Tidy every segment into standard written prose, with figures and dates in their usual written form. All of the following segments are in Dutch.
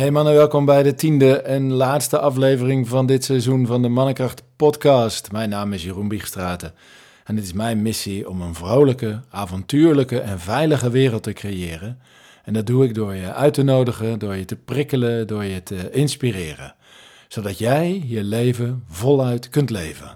Hey mannen, welkom bij de 10e en laatste aflevering van dit seizoen van de Mannenkracht podcast. Mijn naam is Jeroen Biegstraten en het is mijn missie om een vrolijke, avontuurlijke en veilige wereld te creëren. En dat doe ik door je uit te nodigen, door je te prikkelen, door je te inspireren. Zodat jij je leven voluit kunt leven.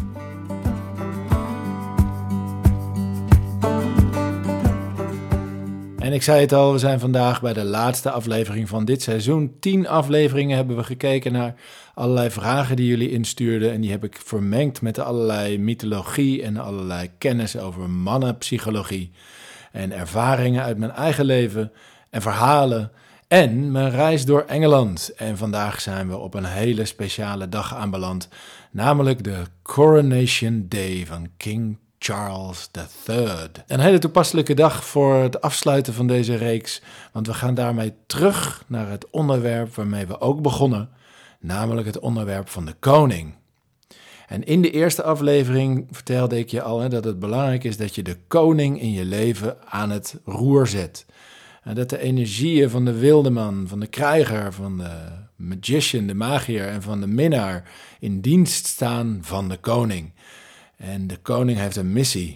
En ik zei het al, we zijn vandaag bij de laatste aflevering van dit seizoen. 10 afleveringen hebben we gekeken naar allerlei vragen die jullie instuurden. En die heb ik vermengd met allerlei mythologie en allerlei kennis over mannenpsychologie. En ervaringen uit mijn eigen leven en verhalen. En mijn reis door Engeland. En vandaag zijn we op een hele speciale dag aanbeland. Namelijk de Coronation Day van King Charles III. Een hele toepasselijke dag voor het afsluiten van deze reeks, want we gaan daarmee terug naar het onderwerp waarmee we ook begonnen, namelijk het onderwerp van de koning. En in de eerste aflevering vertelde ik je al dat het belangrijk is dat je de koning in je leven aan het roer zet. En dat de energieën van de wildeman, van de krijger, van de magician, de magier en van de minnaar in dienst staan van de koning. En de koning heeft een missie.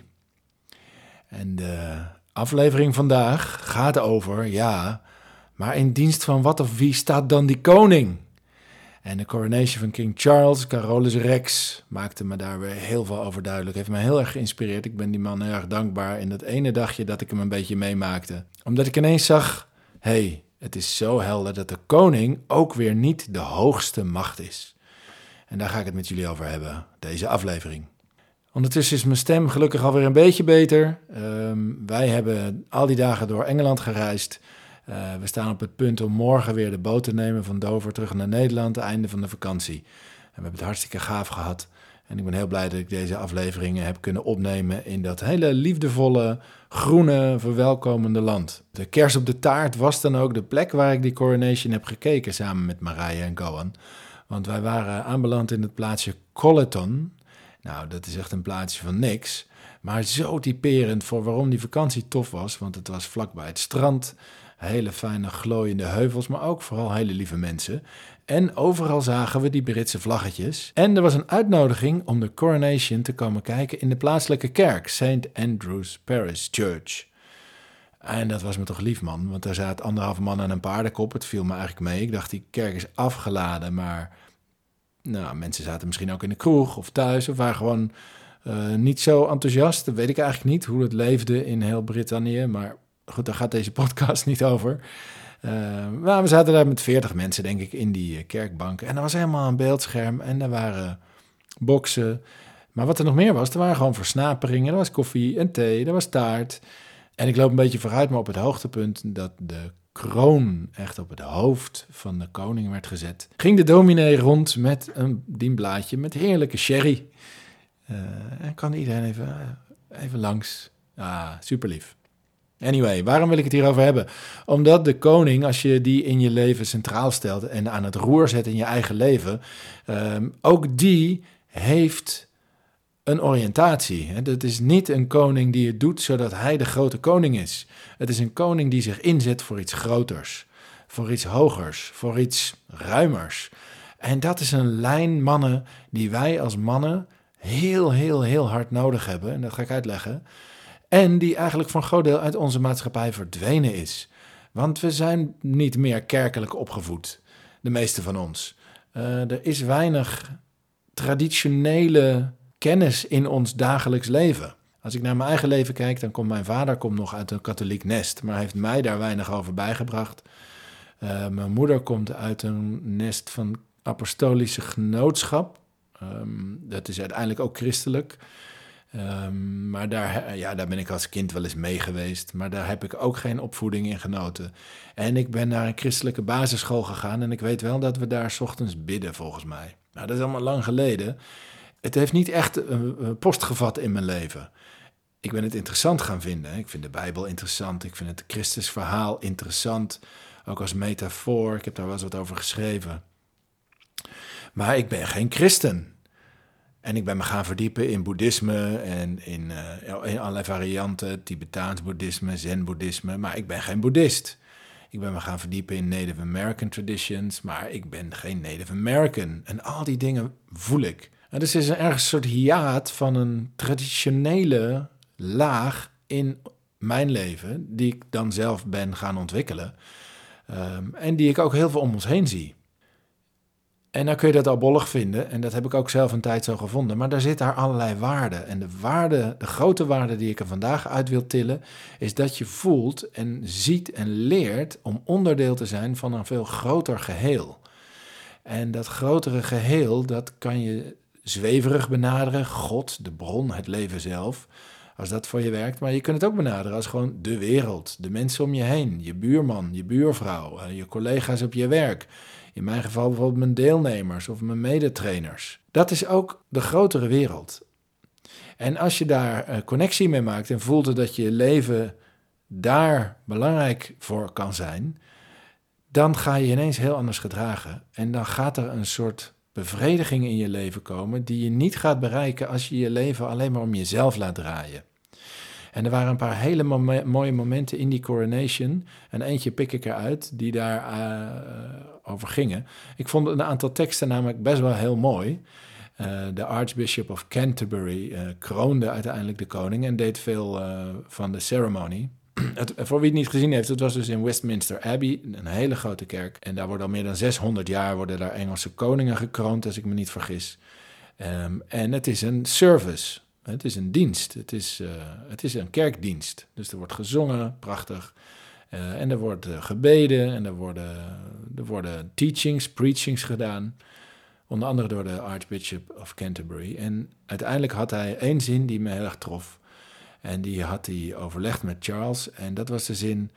En de aflevering vandaag gaat over, maar in dienst van wat of wie staat dan die koning? En de coronation van King Charles, Carolus Rex, maakte me daar weer heel veel over duidelijk. Heeft me heel erg geïnspireerd. Ik ben die man heel erg dankbaar in dat ene dagje dat ik hem een beetje meemaakte. Omdat ik ineens zag, het is zo helder dat de koning ook weer niet de hoogste macht is. En daar ga ik het met jullie over hebben, deze aflevering. Ondertussen is mijn stem gelukkig alweer een beetje beter. Wij hebben al die dagen door Engeland gereisd. We staan op het punt om morgen weer de boot te nemen van Dover terug naar Nederland, het einde van de vakantie. En we hebben het hartstikke gaaf gehad. En ik ben heel blij dat ik deze afleveringen heb kunnen opnemen in dat hele liefdevolle, groene, verwelkomende land. De kers op de taart was dan ook de plek waar ik die coronation heb gekeken samen met Marije en Gowan. Want wij waren aanbeland in het plaatsje Colleton. Nou, dat is echt een plaatsje van niks, maar zo typerend voor waarom die vakantie tof was, want het was vlakbij het strand, hele fijne glooiende heuvels, maar ook vooral hele lieve mensen. En overal zagen we die Britse vlaggetjes. En er was een uitnodiging om de coronation te komen kijken in de plaatselijke kerk, St. Andrew's Parish Church. En dat was me toch lief, man, want daar zaten 1,5 man aan een paardenkop. Het viel me eigenlijk mee. Ik dacht, die kerk is afgeladen, maar mensen zaten misschien ook in de kroeg of thuis of waren gewoon niet zo enthousiast. Dat weet ik eigenlijk niet, hoe het leefde in heel Brittannië. Maar goed, daar gaat deze podcast niet over. Maar we zaten daar met 40 mensen, denk ik, in die kerkbank. En er was helemaal een beeldscherm en er waren boksen. Maar wat er nog meer was, er waren gewoon versnaperingen. Er was koffie en thee, er was taart. En ik loop een beetje vooruit, maar op het hoogtepunt dat de kroon echt op het hoofd van de koning werd gezet, ging de dominee rond met een dienblaadje met heerlijke sherry. En kan iedereen even langs. Super lief. Anyway, waarom wil ik het hierover hebben? Omdat de koning, als je die in je leven centraal stelt en aan het roer zet in je eigen leven, ook die heeft een oriëntatie. Het is niet een koning die het doet zodat hij de grote koning is. Het is een koning die zich inzet voor iets groters, voor iets hogers, voor iets ruimers. En dat is een lijn mannen die wij als mannen heel, heel, heel hard nodig hebben. En dat ga ik uitleggen. En die eigenlijk voor een groot deel uit onze maatschappij verdwenen is. Want we zijn niet meer kerkelijk opgevoed, de meeste van ons. Er is weinig traditionele kennis in ons dagelijks leven. Als ik naar mijn eigen leven kijk, dan komt mijn vader nog uit een katholiek nest, maar heeft mij daar weinig over bijgebracht. Mijn moeder komt uit een nest van apostolische genootschap. Dat is uiteindelijk ook christelijk. Maar daar ben ik als kind wel eens mee geweest. Maar daar heb ik ook geen opvoeding in genoten. En ik ben naar een christelijke basisschool gegaan en ik weet wel dat we daar 's ochtends bidden, volgens mij. Nou, dat is allemaal lang geleden. Het heeft niet echt een post gevat in mijn leven. Ik ben het interessant gaan vinden. Ik vind de Bijbel interessant. Ik vind het Christusverhaal interessant. Ook als metafoor. Ik heb daar wel eens wat over geschreven. Maar ik ben geen christen. En ik ben me gaan verdiepen in boeddhisme en in allerlei varianten. Tibetaans boeddhisme, zen boeddhisme. Maar ik ben geen boeddhist. Ik ben me gaan verdiepen in Native American traditions, maar ik ben geen Native American. En al die dingen voel ik. En dus is er ergens een soort hiaat van een traditionele laag in mijn leven, die ik dan zelf ben gaan ontwikkelen. En die ik ook heel veel om ons heen zie. En dan kun je dat albollig vinden, en dat heb ik ook zelf een tijd zo gevonden, maar daar zit daar allerlei waarden. En de grote waarde die ik er vandaag uit wil tillen, is dat je voelt en ziet en leert om onderdeel te zijn van een veel groter geheel. En dat grotere geheel, dat kan je zweverig benaderen, God, de bron, het leven zelf, als dat voor je werkt. Maar je kunt het ook benaderen als gewoon de wereld, de mensen om je heen, je buurman, je buurvrouw, je collega's op je werk. In mijn geval bijvoorbeeld mijn deelnemers of mijn medetrainers. Dat is ook de grotere wereld. En als je daar connectie mee maakt en voelt dat je leven daar belangrijk voor kan zijn, dan ga je ineens heel anders gedragen. En dan gaat er een soort bevrediging in je leven komen die je niet gaat bereiken als je je leven alleen maar om jezelf laat draaien. En er waren een paar hele mooie momenten in die coronation. En eentje pik ik eruit die daar over gingen. Ik vond een aantal teksten namelijk best wel heel mooi. De Archbishop of Canterbury kroonde uiteindelijk de koning en deed veel van de ceremony. Voor wie het niet gezien heeft, het was dus in Westminster Abbey, een hele grote kerk. En daar worden al meer dan 600 jaar worden daar Engelse koningen gekroond, als ik me niet vergis. En het is een service. Het is een dienst, het is een kerkdienst. Dus er wordt gezongen, prachtig. En er wordt gebeden en er worden preachings gedaan. Onder andere door de Archbishop of Canterbury. En uiteindelijk had hij één zin die me heel erg trof. En die had hij overlegd met Charles. En dat was de zin,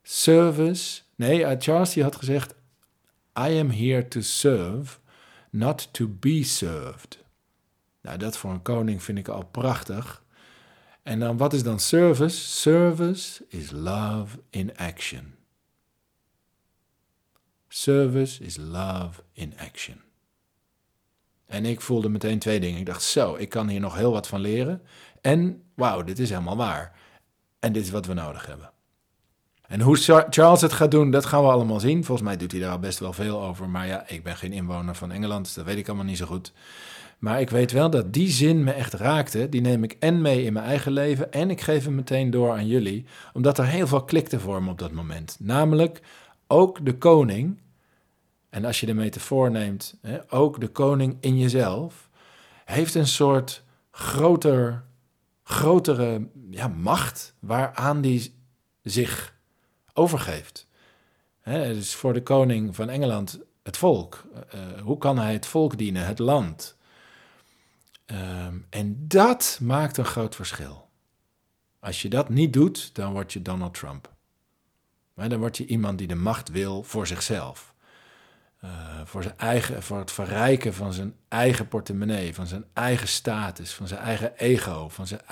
Charles die had gezegd, I am here to serve, not to be served. Nou, dat voor een koning vind ik al prachtig. En dan, wat is dan service? Service is love in action. Service is love in action. En ik voelde meteen twee dingen. Ik dacht, ik kan hier nog heel wat van leren. En, wauw, dit is helemaal waar. En dit is wat we nodig hebben. En hoe Charles het gaat doen, dat gaan we allemaal zien. Volgens mij doet hij daar al best wel veel over. Maar ja, ik ben geen inwoner van Engeland, dus dat weet ik allemaal niet zo goed. Maar ik weet wel dat die zin me echt raakte. Die neem ik en mee in mijn eigen leven en ik geef hem meteen door aan jullie. Omdat er heel veel klikte voor me op dat moment. Namelijk, ook de koning, en als je de metafoor neemt, ook de koning in jezelf, heeft een soort grotere macht waaraan die zich overgeeft. Dus voor de koning van Engeland het volk. Hoe kan hij het volk dienen, het land? En dat maakt een groot verschil. Als je dat niet doet, dan word je Donald Trump. Maar dan word je iemand die de macht wil voor zichzelf. Voor het verrijken van zijn eigen portemonnee, van zijn eigen status, van zijn eigen ego, van zijn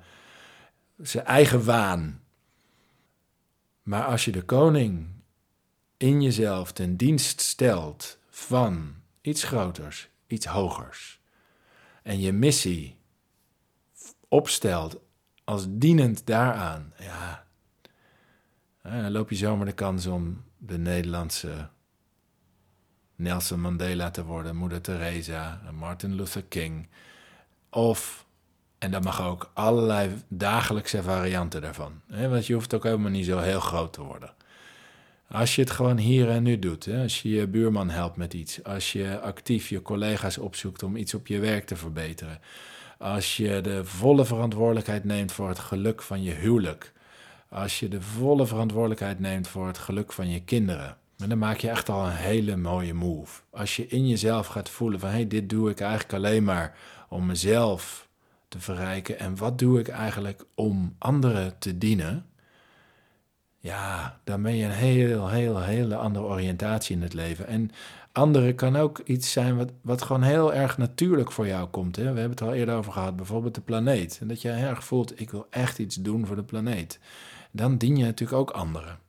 eigen waan. Maar als je de koning in jezelf ten dienst stelt van iets groters, iets hogers, en je missie opstelt als dienend daaraan, ja, dan loop je zomaar de kans om de Nederlandse Nelson Mandela te worden, Moeder Teresa, Martin Luther King, en dat mag ook, allerlei dagelijkse varianten daarvan. Want je hoeft ook helemaal niet zo heel groot te worden. Als je het gewoon hier en nu doet, als je je buurman helpt met iets, als je actief je collega's opzoekt om iets op je werk te verbeteren, als je de volle verantwoordelijkheid neemt voor het geluk van je huwelijk, als je de volle verantwoordelijkheid neemt voor het geluk van je kinderen, dan maak je echt al een hele mooie move. Als je in jezelf gaat voelen van, dit doe ik eigenlijk alleen maar om mezelf te verrijken en wat doe ik eigenlijk om anderen te dienen? Ja, dan ben je een hele andere oriëntatie in het leven. En anderen kan ook iets zijn wat gewoon heel erg natuurlijk voor jou komt. We hebben het al eerder over gehad, bijvoorbeeld de planeet. En dat je heel erg voelt, ik wil echt iets doen voor de planeet. Dan dien je natuurlijk ook anderen.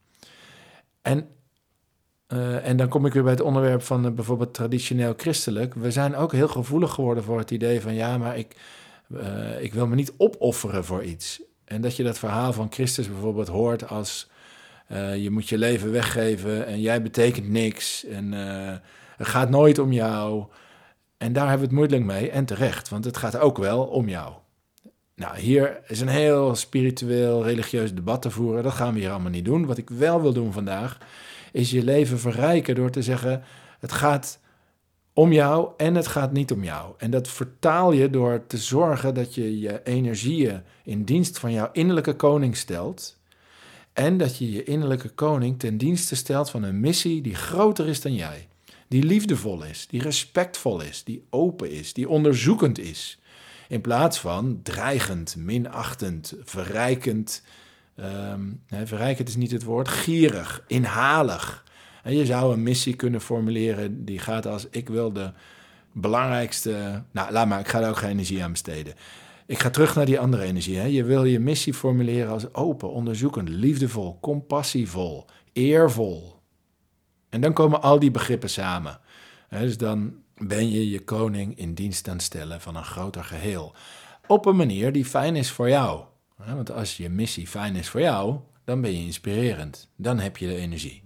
En dan kom ik weer bij het onderwerp van bijvoorbeeld traditioneel christelijk. We zijn ook heel gevoelig geworden voor het idee van, ja, maar ik wil me niet opofferen voor iets. En dat je dat verhaal van Christus bijvoorbeeld hoort als Je moet je leven weggeven en jij betekent niks. En het gaat nooit om jou. En daar hebben we het moeilijk mee. En terecht, want het gaat ook wel om jou. Nou, hier is een heel spiritueel, religieus debat te voeren. Dat gaan we hier allemaal niet doen. Wat ik wel wil doen vandaag, is je leven verrijken door te zeggen, het gaat om jou en het gaat niet om jou. En dat vertaal je door te zorgen dat je je energieën in dienst van jouw innerlijke koning stelt. En dat je je innerlijke koning ten dienste stelt van een missie die groter is dan jij. Die liefdevol is, die respectvol is, die open is, die onderzoekend is. In plaats van dreigend, minachtend, verrijkend. Verrijkend is niet het woord, gierig, inhalig. En je zou een missie kunnen formuleren die gaat als, ik wil de belangrijkste. Nou, laat maar, ik ga er ook geen energie aan besteden. Ik ga terug naar die andere energie. Hè. Je wil je missie formuleren als open, onderzoekend, liefdevol, compassievol, eervol. En dan komen al die begrippen samen. Dus dan ben je je koning in dienst aan het stellen van een groter geheel. Op een manier die fijn is voor jou. Want als je missie fijn is voor jou, dan ben je inspirerend. Dan heb je de energie.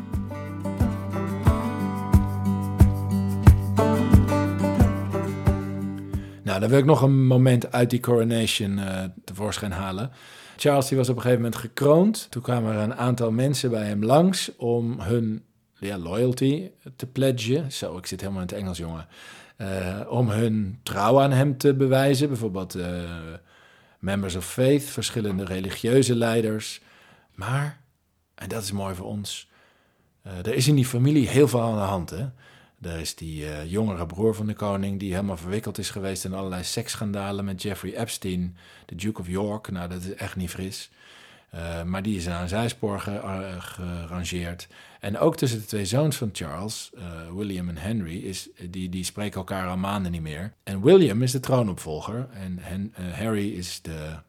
Nou, dan wil ik nog een moment uit die coronation tevoorschijn halen. Charles die was op een gegeven moment gekroond. Toen kwamen er een aantal mensen bij hem langs om hun loyalty te pledgen. Zo, ik zit helemaal in het Engels, jongen. Om hun trouw aan hem te bewijzen. Bijvoorbeeld members of faith, verschillende religieuze leiders. Maar, en dat is mooi voor ons, er is in die familie heel veel aan de hand, hè. Er is die jongere broer van de koning die helemaal verwikkeld is geweest in allerlei seksschandalen met Jeffrey Epstein, de Duke of York. Nou, dat is echt niet fris. Maar die is aan een zijspoor gerangeerd. En ook tussen de twee zoons van Charles, William en Henry, die spreken elkaar al maanden niet meer. En William is de troonopvolger en Harry is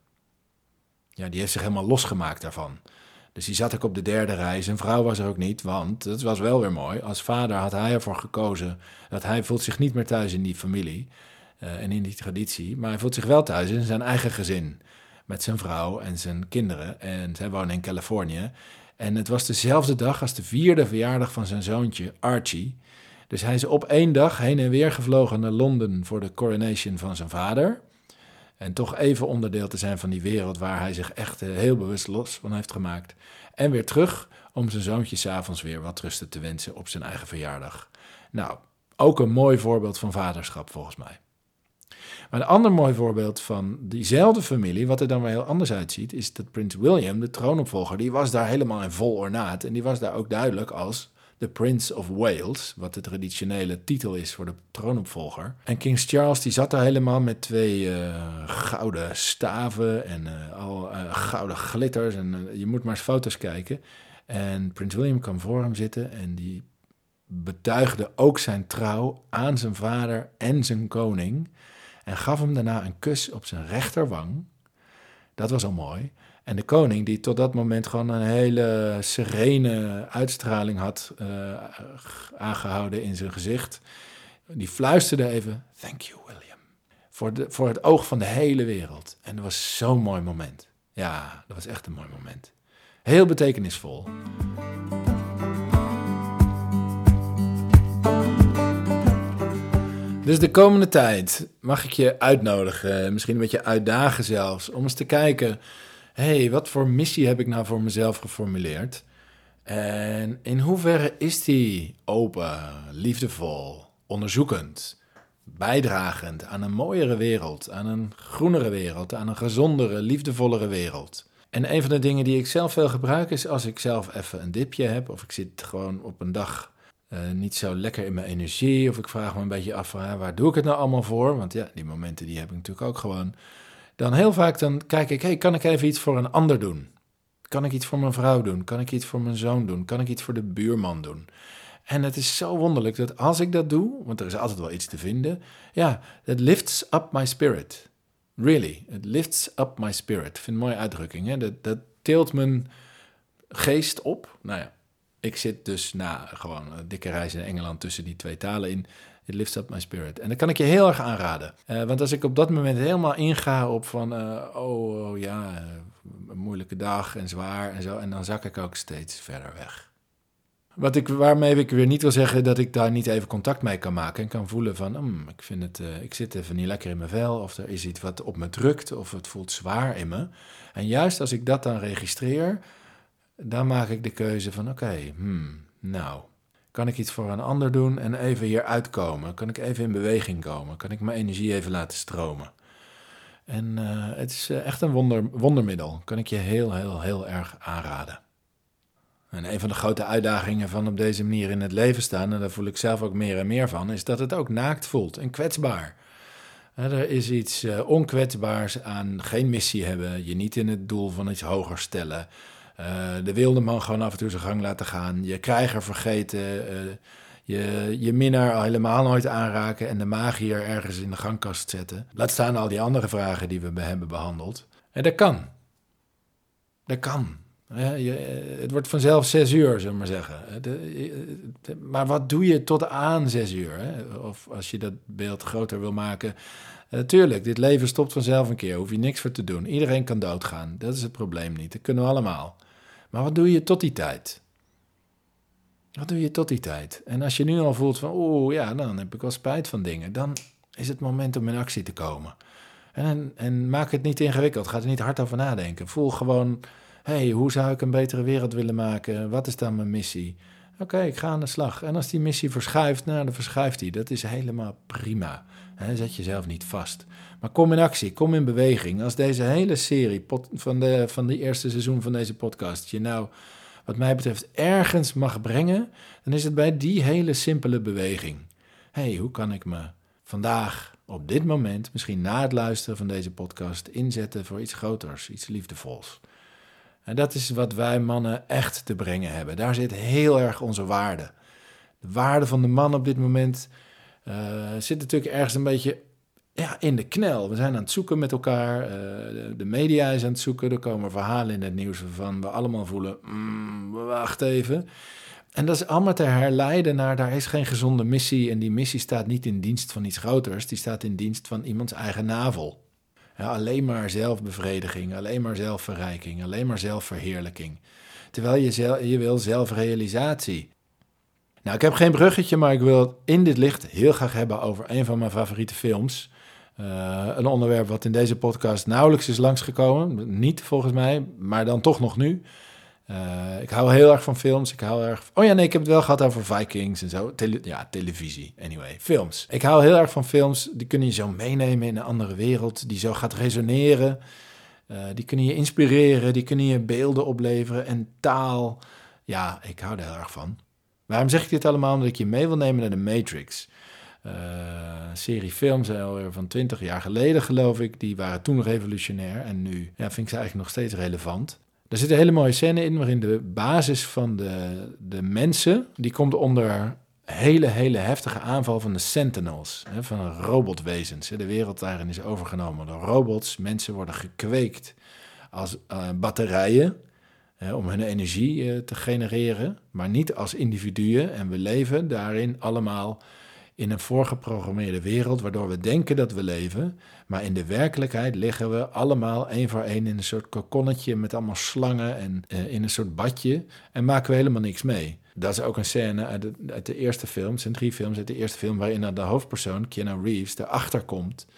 die heeft zich helemaal losgemaakt daarvan. Dus die zat ook op de derde rij. Zijn vrouw was er ook niet, want dat was wel weer mooi. Als vader had hij ervoor gekozen dat hij voelt zich niet meer thuis in die familie en in die traditie. Maar hij voelt zich wel thuis in zijn eigen gezin. Met zijn vrouw en zijn kinderen. En zij wonen in Californië. En het was dezelfde dag als de 4e verjaardag van zijn zoontje Archie. Dus hij is op 1 dag heen en weer gevlogen naar Londen voor de coronation van zijn vader. En toch even onderdeel te zijn van die wereld waar hij zich echt heel bewust los van heeft gemaakt. En weer terug om zijn zoontje 's avonds weer wat rusten te wensen op zijn eigen verjaardag. Nou, ook een mooi voorbeeld van vaderschap volgens mij. Maar een ander mooi voorbeeld van diezelfde familie, wat er dan weer heel anders uitziet, is dat prins William, de troonopvolger, die was daar helemaal in vol ornaat. En die was daar ook duidelijk als de Prince of Wales, wat de traditionele titel is voor de troonopvolger. En King Charles die zat daar helemaal met 2 gouden staven en gouden glitters. En je moet maar eens foto's kijken. En prins William kwam voor hem zitten en die betuigde ook zijn trouw aan zijn vader en zijn koning. En gaf hem daarna een kus op zijn rechterwang. Dat was al mooi. En de koning, die tot dat moment gewoon een hele serene uitstraling had aangehouden in zijn gezicht, die fluisterde even, thank you William, voor het oog van de hele wereld. En dat was zo'n mooi moment. Ja, dat was echt een mooi moment. Heel betekenisvol. Dus de komende tijd mag ik je uitnodigen, misschien een beetje uitdagen zelfs, om eens te kijken, wat voor missie heb ik nou voor mezelf geformuleerd? En in hoeverre is die open, liefdevol, onderzoekend, bijdragend aan een mooiere wereld, aan een groenere wereld, aan een gezondere, liefdevollere wereld? En een van de dingen die ik zelf veel gebruik is als ik zelf even een dipje heb, of ik zit gewoon op een dag niet zo lekker in mijn energie, of ik vraag me een beetje af van, waar doe ik het nou allemaal voor? Want ja, die momenten die heb ik natuurlijk ook gewoon. Dan heel vaak dan kijk ik, kan ik even iets voor een ander doen? Kan ik iets voor mijn vrouw doen? Kan ik iets voor mijn zoon doen? Kan ik iets voor de buurman doen? En het is zo wonderlijk dat als ik dat doe, want er is altijd wel iets te vinden, ja, it lifts up my spirit. Really, it lifts up my spirit. Ik vind het een mooie uitdrukking, hè? Dat tilt mijn geest op. Nou ja, ik zit dus na gewoon een dikke reis in Engeland tussen die 2 talen in. It lifts up my spirit. En dat kan ik je heel erg aanraden. Want als ik op dat moment helemaal inga op van, een moeilijke dag en zwaar en zo. En dan zak ik ook steeds verder weg. Waarmee ik weer niet wil zeggen dat ik daar niet even contact mee kan maken en kan voelen van, ik zit even niet lekker in mijn vel, of er is iets wat op me drukt, of het voelt zwaar in me. En juist als ik dat dan registreer, dan maak ik de keuze van, nou, kan ik iets voor een ander doen en even hier uitkomen? Kan ik even in beweging komen? Kan ik mijn energie even laten stromen? En het is echt een wondermiddel. Kan ik je heel, heel, heel erg aanraden. En een van de grote uitdagingen van op deze manier in het leven staan, en daar voel ik zelf ook meer en meer van, is dat het ook naakt voelt en kwetsbaar. Er is iets onkwetsbaars aan geen missie hebben, je niet in het doel van iets hoger stellen, de wilde man gewoon af en toe zijn gang laten gaan, je krijger vergeten, je minnaar al helemaal nooit aanraken en de magier ergens in de gangkast zetten. Laat staan al die andere vragen die we hebben behandeld. En dat kan. Dat kan. Het wordt vanzelf 6 uur, zullen we maar zeggen. Maar wat doe je tot aan 6 uur? Hè? Of als je dat beeld groter wil maken. Tuurlijk, dit leven stopt vanzelf een keer. Hoef je niks voor te doen. Iedereen kan doodgaan. Dat is het probleem niet. Dat kunnen we allemaal. Maar wat doe je tot die tijd? Wat doe je tot die tijd? En als je nu al voelt van, dan heb ik wel spijt van dingen. Dan is het moment om in actie te komen. En maak het niet ingewikkeld. Ga er niet hard over nadenken. Voel gewoon, hoe zou ik een betere wereld willen maken? Wat is dan mijn missie? Oké, ik ga aan de slag. En als die missie verschuift, dan verschuift die. Dat is helemaal prima. Zet jezelf niet vast. Maar kom in actie, kom in beweging. Als deze hele serie van de eerste seizoen van deze podcast je nou, wat mij betreft, ergens mag brengen, dan is het bij die hele simpele beweging. Hoe kan ik me vandaag, op dit moment, misschien na het luisteren van deze podcast, inzetten voor iets groters, iets liefdevols? En dat is wat wij mannen echt te brengen hebben. Daar zit heel erg onze waarde. De waarde van de man op dit moment zit natuurlijk ergens een beetje in de knel. We zijn aan het zoeken met elkaar. De media is aan het zoeken. Er komen verhalen in het nieuws waarvan we allemaal voelen, wacht even. En dat is allemaal te herleiden naar, daar is geen gezonde missie. En die missie staat niet in dienst van iets groters. Die staat in dienst van iemands eigen navel. Alleen maar zelfbevrediging, alleen maar zelfverrijking, alleen maar zelfverheerlijking. Terwijl je wil zelfrealisatie. Nou, ik heb geen bruggetje, maar ik wil het in dit licht heel graag hebben over een van mijn favoriete films. Een onderwerp wat in deze podcast nauwelijks is langsgekomen. Niet volgens mij, maar dan toch nog nu. Ik hou heel erg van films. Ik heb het wel gehad over Vikings en zo. Televisie. Anyway, films. Ik hou heel erg van films. Die kunnen je zo meenemen in een andere wereld. Die zo gaat resoneren. Die kunnen je inspireren. Die kunnen je beelden opleveren. En taal. Ja, ik hou er heel erg van. Waarom zeg ik dit allemaal? Omdat ik je mee wil nemen naar de Matrix. Serie films alweer van 20 jaar geleden, geloof ik. Die waren toen revolutionair. En nu vind ik ze eigenlijk nog steeds relevant. Er zit een hele mooie scène in waarin de basis van de mensen, die komt onder hele, hele heftige aanval van de Sentinels, van robotwezens. De wereld daarin is overgenomen door robots. Mensen worden gekweekt als batterijen om hun energie te genereren, maar niet als individuen. En we leven daarin allemaal in een voorgeprogrammeerde wereld, waardoor we denken dat we leven, maar in de werkelijkheid liggen we allemaal één voor één in een soort kokonnetje met allemaal slangen en in een soort badje en maken we helemaal niks mee. Dat is ook een scène uit de eerste film. Het zijn 3 films uit de eerste film waarin de hoofdpersoon, Keanu Reeves, erachter komt.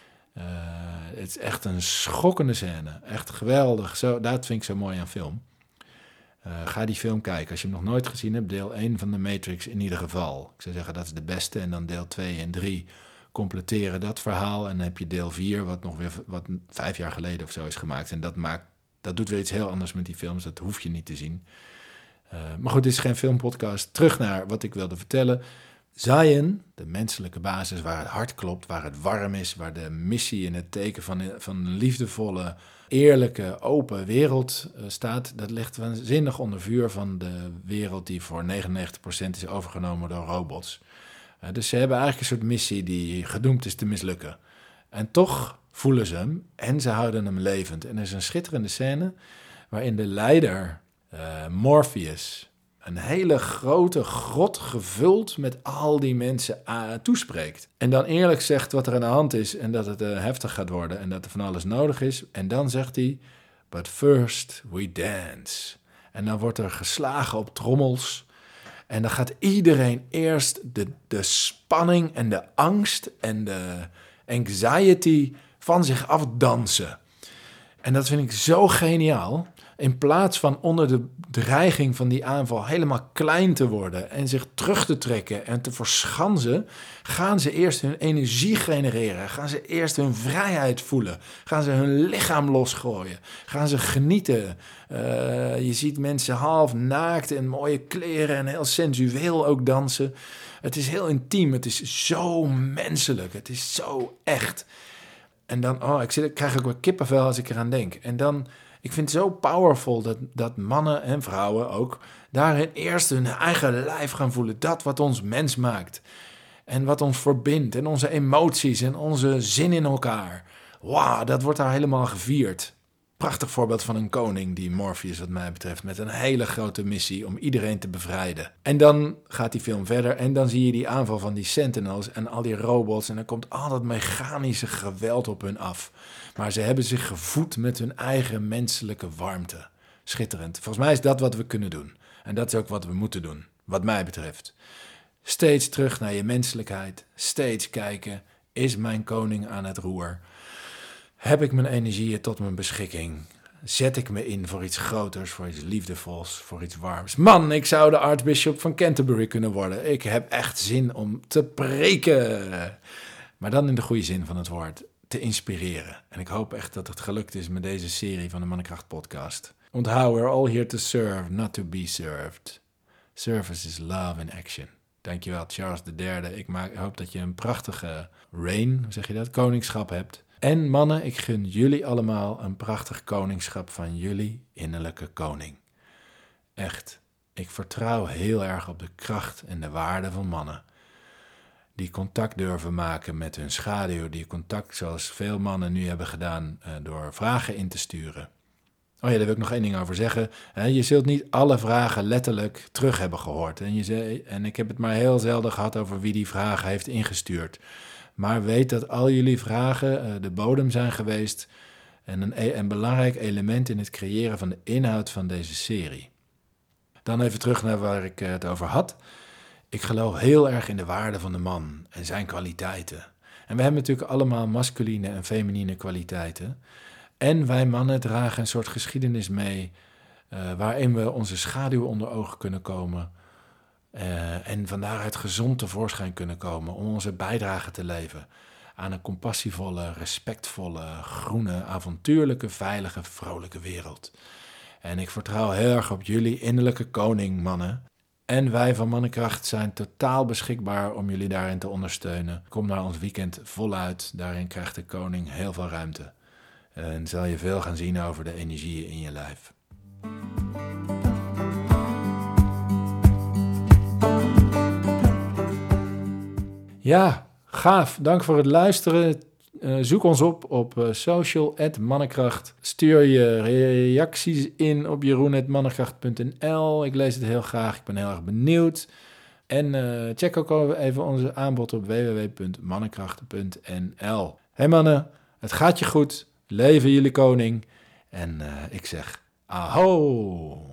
Het is echt een schokkende scène. Echt geweldig. Dat vind ik zo mooi aan film. Ga die film kijken. Als je hem nog nooit gezien hebt, deel 1 van de Matrix in ieder geval. Ik zou zeggen, dat is de beste. En dan deel 2 en 3 completeren dat verhaal. En dan heb je deel 4, wat 5 jaar geleden of zo is gemaakt. En dat doet weer iets heel anders met die films. Dat hoef je niet te zien. Maar goed, dit is geen filmpodcast. Terug naar wat ik wilde vertellen. Zion, de menselijke basis waar het hart klopt, waar het warm is, waar de missie in het teken van een liefdevolle, eerlijke, open wereld staat, dat ligt waanzinnig onder vuur van de wereld die voor 99% is overgenomen door robots. Dus ze hebben eigenlijk een soort missie die gedoemd is te mislukken. En toch voelen ze hem en ze houden hem levend. En er is een schitterende scène waarin de leider, Morpheus, een hele grote grot gevuld met al die mensen toespreekt. En dan eerlijk zegt wat er aan de hand is en dat het heftig gaat worden en dat er van alles nodig is. En dan zegt hij, But first we dance. En dan wordt er geslagen op trommels. En dan gaat iedereen eerst de spanning en de angst en de anxiety van zich afdansen. En dat vind ik zo geniaal. In plaats van onder de dreiging van die aanval helemaal klein te worden en zich terug te trekken en te verschansen, gaan ze eerst hun energie genereren. Gaan ze eerst hun vrijheid voelen. Gaan ze hun lichaam losgooien. Gaan ze genieten. Je ziet mensen half naakt in mooie kleren en heel sensueel ook dansen. Het is heel intiem. Het is zo menselijk. Het is zo echt. En dan, ik krijg ook wel kippenvel als ik eraan denk. En dan, ik vind het zo powerful dat mannen en vrouwen ook daarin eerst hun eigen lijf gaan voelen. Dat wat ons mens maakt. En wat ons verbindt. En onze emoties en onze zin in elkaar. Wauw, dat wordt daar helemaal gevierd. Prachtig voorbeeld van een koning, die Morpheus wat mij betreft, met een hele grote missie om iedereen te bevrijden. En dan gaat die film verder en dan zie je die aanval van die Sentinels en al die robots en dan komt al dat mechanische geweld op hun af. Maar ze hebben zich gevoed met hun eigen menselijke warmte. Schitterend. Volgens mij is dat wat we kunnen doen. En dat is ook wat we moeten doen, wat mij betreft. Steeds terug naar je menselijkheid. Steeds kijken, is mijn koning aan het roer? Heb ik mijn energieën tot mijn beschikking? Zet ik me in voor iets groters, voor iets liefdevols, voor iets warms? Man, ik zou de Archbishop van Canterbury kunnen worden. Ik heb echt zin om te preken. Maar dan in de goede zin van het woord, te inspireren. En ik hoop echt dat het gelukt is met deze serie van de Mannenkracht podcast. Onthoud, we're all here to serve, not to be served. Service is love in action. Dankjewel, Charles III. Ik hoop dat je een prachtige reign, hoe zeg je dat, koningschap hebt. En mannen, ik gun jullie allemaal een prachtig koningschap van jullie innerlijke koning. Echt, ik vertrouw heel erg op de kracht en de waarde van mannen. Die contact durven maken met hun schaduw. Die contact zoals veel mannen nu hebben gedaan door vragen in te sturen. Oh ja, daar wil ik nog één ding over zeggen. Je zult niet alle vragen letterlijk terug hebben gehoord. En ik heb het maar heel zelden gehad over wie die vragen heeft ingestuurd. Maar weet dat al jullie vragen de bodem zijn geweest en een belangrijk element in het creëren van de inhoud van deze serie. Dan even terug naar waar ik het over had. Ik geloof heel erg in de waarde van de man en zijn kwaliteiten. En we hebben natuurlijk allemaal masculine en feminine kwaliteiten. En wij mannen dragen een soort geschiedenis mee waarin we onze schaduw onder ogen kunnen komen. En van daaruit gezond tevoorschijn kunnen komen om onze bijdrage te leveren aan een compassievolle, respectvolle, groene, avontuurlijke, veilige, vrolijke wereld. En ik vertrouw heel erg op jullie innerlijke koning, mannen. En wij van Mannenkracht zijn totaal beschikbaar om jullie daarin te ondersteunen. Kom naar ons weekend voluit, daarin krijgt de koning heel veel ruimte. En zal je veel gaan zien over de energieën in je lijf. Ja, gaaf. Dank voor het luisteren. Zoek ons op social @mannenkracht. Stuur je reacties in op jeroen@mannenkracht.nl. Ik lees het heel graag. Ik ben heel erg benieuwd. En check ook even onze aanbod op www.mannenkracht.nl. Hey mannen, het gaat je goed. Leven jullie koning. En ik zeg aho.